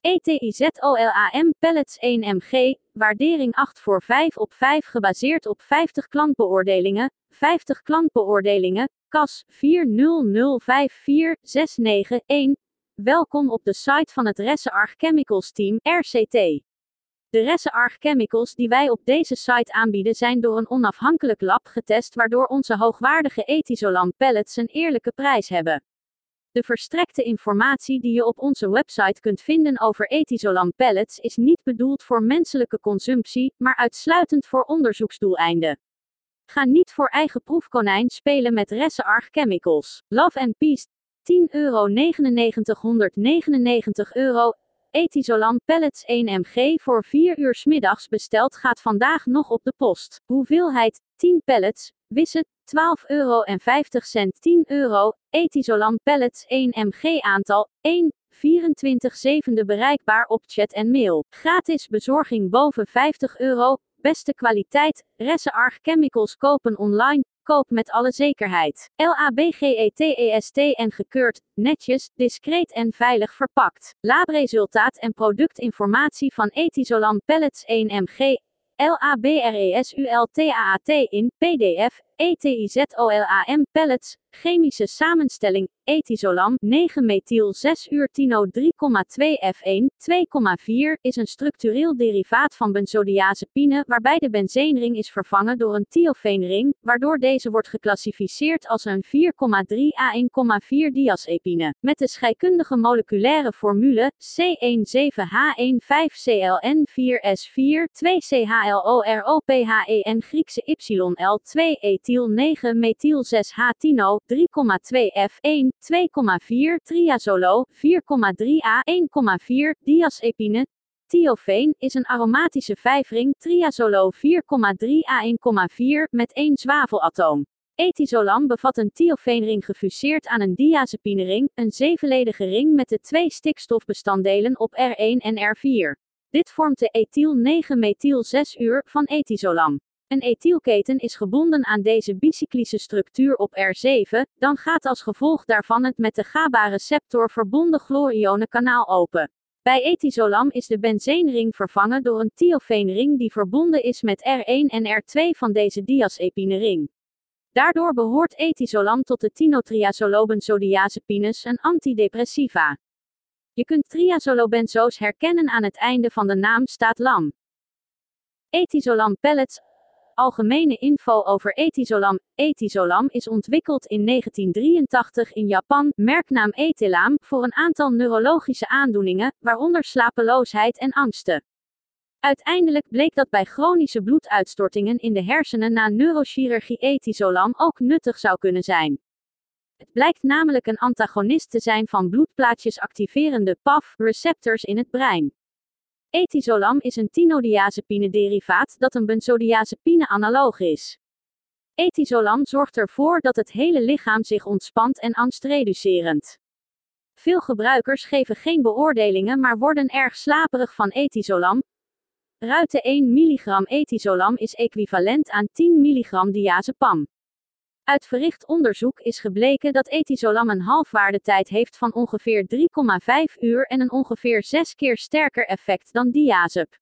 Etizolam pellets 1 mg, waardering 8 voor 5 op 5 gebaseerd op 50 klantbeoordelingen, 50 klantbeoordelingen, CAS 4005469-1. Welkom op de site van het Research Chemicals Team, RCT. De Research Chemicals die wij op deze site aanbieden zijn door een onafhankelijk lab getest waardoor onze hoogwaardige Etizolam pellets een eerlijke prijs hebben. De verstrekte informatie die je op onze website kunt vinden over Etizolam pellets is niet bedoeld voor menselijke consumptie, maar uitsluitend voor onderzoeksdoeleinden. Ga niet voor eigen proefkonijn spelen met Research Chemicals. Love and Peace, €10,9999. Etizolam pellets 1 mg voor 4 uur 's middags besteld gaat vandaag nog op de post. Hoeveelheid, 10 pellets, wissen, €12,50 €10. Etizolam pellets 1 mg aantal, 1, 24/7 bereikbaar op chat en mail. Gratis bezorging boven €50. Beste kwaliteit, Research Chemicals kopen online, koop met alle zekerheid. LABGETEST en gekeurd, netjes, discreet en veilig verpakt. Laapresultaat en productinformatie van Etizolam pellets 1 mg. LABRESULTAAT in PDF, Etizolam pellets, chemische samenstelling, Etizolam 9-methyl-6-uretino-3,2 F1, 2,4 is een structureel derivaat van benzodiazepine waarbij de benzeenring is vervangen door een thiofeenring, waardoor deze wordt geclassificeerd als een 4,3A1,4 diazepine. Met de scheikundige moleculaire formule C17H15CLN4S4 2CHLOROPHEN Griekse YL2 ethyl 9-methyl-6-H-tino 3,2 F1 2,4 triazolo 4,3A 1,4 diazepine. Thiofeen is een aromatische vijfring triazolo 4,3A 1,4 met 1 zwavelatoom. Etizolam bevat een thiofeenring gefuseerd aan een diazepinering, een zevenledige ring met de 2 stikstofbestanddelen op R1 en R4. Dit vormt de ethyl 9-methyl-6-uur van Etizolam. Een ethylketen is gebonden aan deze bicyclische structuur op R7, dan gaat als gevolg daarvan het met de GABA-receptor verbonden chlorionenkanaal open. Bij Etizolam is de benzeenring vervangen door een thiofeenring die verbonden is met R1 en R2 van deze diazepinering. Daardoor behoort Etizolam tot de tinotriazolobenzodiazepines, een antidepressiva. Je kunt triazolobenzo's herkennen aan het einde van de naam staat lam. Etizolam pellets. Algemene info over Etizolam. Etizolam is ontwikkeld in 1983 in Japan, merknaam Etelaam, voor een aantal neurologische aandoeningen, waaronder slapeloosheid en angsten. Uiteindelijk bleek dat bij chronische bloeduitstortingen in de hersenen na neurochirurgie Etizolam ook nuttig zou kunnen zijn. Het blijkt namelijk een antagonist te zijn van bloedplaatjesactiverende PAF-receptors in het brein. Etizolam is een tinodiazepine-derivaat dat een benzodiazepine-analoog is. Etizolam zorgt ervoor dat het hele lichaam zich ontspant en angstreducerend. Veel gebruikers geven geen beoordelingen maar worden erg slaperig van Etizolam. Ruite 1 mg Etizolam is equivalent aan 10 mg diazepam. Uit verricht onderzoek is gebleken dat Etizolam een halfwaardetijd heeft van ongeveer 3,5 uur en een ongeveer 6 keer sterker effect dan diazep.